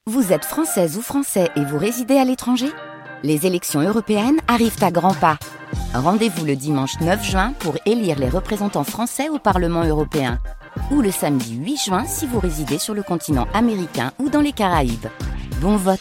Vous êtes française ou français et vous résidez à l'étranger ? Les élections européennes arrivent à grands pas. Rendez-vous le dimanche 9 juin pour élire les représentants français au Parlement européen. Ou le samedi 8 juin si vous résidez sur le continent américain ou dans les Caraïbes. Bon vote!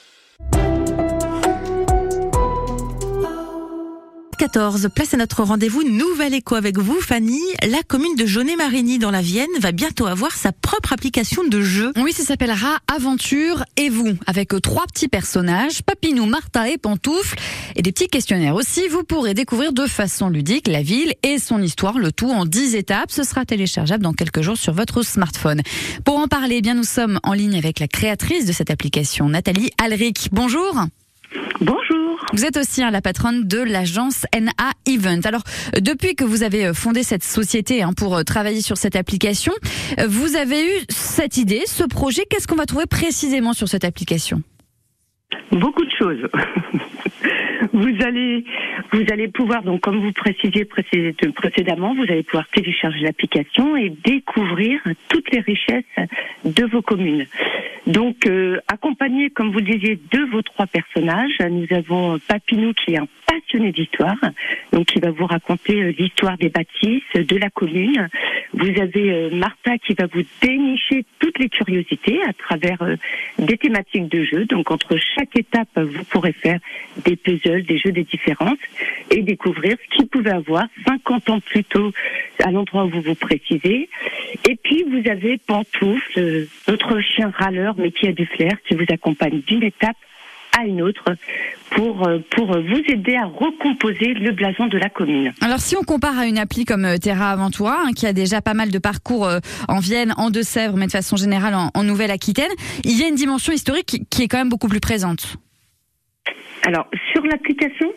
14, place à notre rendez-vous Nouvel Écho avec vous, Fanny. La commune de Jaunet-Marigny dans la Vienne va bientôt avoir sa propre application de jeu. Oui, ça s'appellera Aventure et vous, avec 3 petits personnages, Papinou, Martin et Pantoufle, et des petits questionnaires aussi. Vous pourrez découvrir de façon ludique la ville et son histoire, le tout en 10 étapes. Ce sera téléchargeable dans quelques jours sur votre smartphone. Pour en parler, eh bien, nous sommes en ligne avec la créatrice de cette application, Nathalie Alric. Bonjour. Bonjour. Vous êtes aussi la patronne de l'agence NA Event. Alors, depuis que vous avez fondé cette société pour travailler sur cette application, vous avez eu cette idée, ce projet. Qu'est-ce qu'on va trouver précisément sur cette application ? Beaucoup de choses. Vous allez pouvoir, donc comme vous précisiez précédemment, vous allez pouvoir télécharger l'application et découvrir toutes les richesses de vos communes. Donc, accompagné, comme vous le disiez, de vos 3 personnages, nous avons Papinou qui est un passionné d'histoire, donc qui va vous raconter l'histoire des bâtisses, de la commune. Vous avez Martha qui va vous dénicher toutes les curiosités à travers des thématiques de jeu. Donc, entre chaque étape, vous pourrez faire des puzzles, des jeux des différences et découvrir ce qu'il pouvait avoir 50 ans plus tôt à l'endroit où vous vous précisez. Et puis, vous avez Pantoufle, notre chien râleur, mais qui a du flair, qui vous accompagne d'une étape à une autre pour vous aider à recomposer le blason de la commune. Alors, si on compare à une appli comme Terra Aventura, qui a déjà pas mal de parcours en Vienne, en Deux-Sèvres, mais de façon générale en Nouvelle-Aquitaine, il y a une dimension historique qui est quand même beaucoup plus présente. Alors, sur l'application,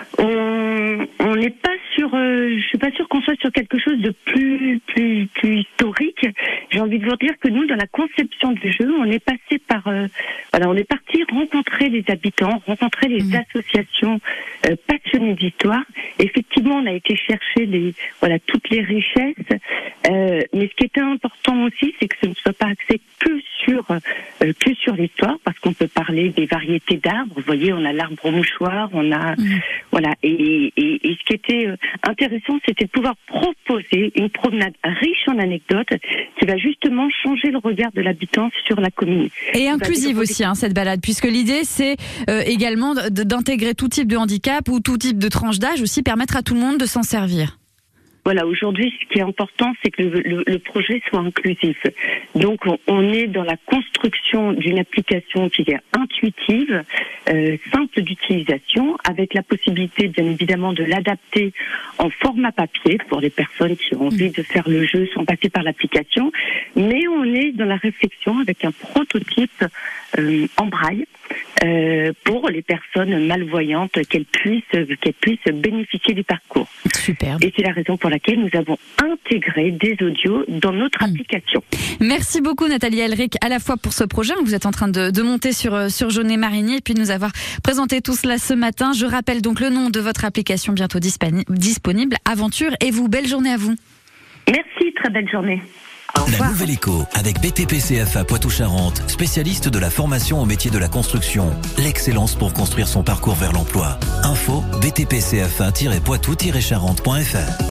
on n'est pas sur, je suis pas sûre qu'on soit sur quelque chose de plus historique. J'ai envie de vous dire que nous, dans la conception du jeu, on est passé par, on est parti rencontrer les habitants, rencontrer les associations passionnées d'histoire. Effectivement, on a été chercher toutes les richesses. Mais ce qui était important aussi, c'est que ce ne soit pas axé que sur l'histoire, parce qu'on peut parler des variétés d'arbres. Vous voyez, on a l'arbre au mouchoir, on a Et ce qui était intéressant, c'était de pouvoir proposer une promenade riche en anecdotes qui va justement changer le regard de l'habitant sur la commune. Et inclusive aussi, cette balade, puisque l'idée, c'est également d'intégrer tout type de handicap ou tout type de tranche d'âge, aussi permettre à tout le monde de s'en servir. Voilà, aujourd'hui, ce qui est important, c'est que le projet soit inclusif. Donc, on est dans la construction d'une application qui est intuitive, simple d'utilisation, avec la possibilité, bien évidemment, de l'adapter en format papier pour les personnes qui ont envie de faire le jeu sans passer par l'application. Mais on est dans la réflexion avec un prototype en braille pour les personnes malvoyantes, qu'elles puissent bénéficier du parcours. Super. Et c'est la raison pour laquelle nous avons intégré des audios dans notre application. Merci beaucoup Nathalie Alric, à la fois pour ce projet que vous êtes en train de monter sur Jaunet-Marigny et puis de nous avoir présenté tout cela ce matin. Je rappelle donc le nom de votre application bientôt disponible, Aventure et vous. Belle journée à vous. Merci, très belle journée. La Nouvelle Écho avec BTP-CFA Poitou-Charentes, spécialiste de la formation au métier de la construction. L'excellence pour construire son parcours vers l'emploi. Info btpcfa-poitou-charentes.fr.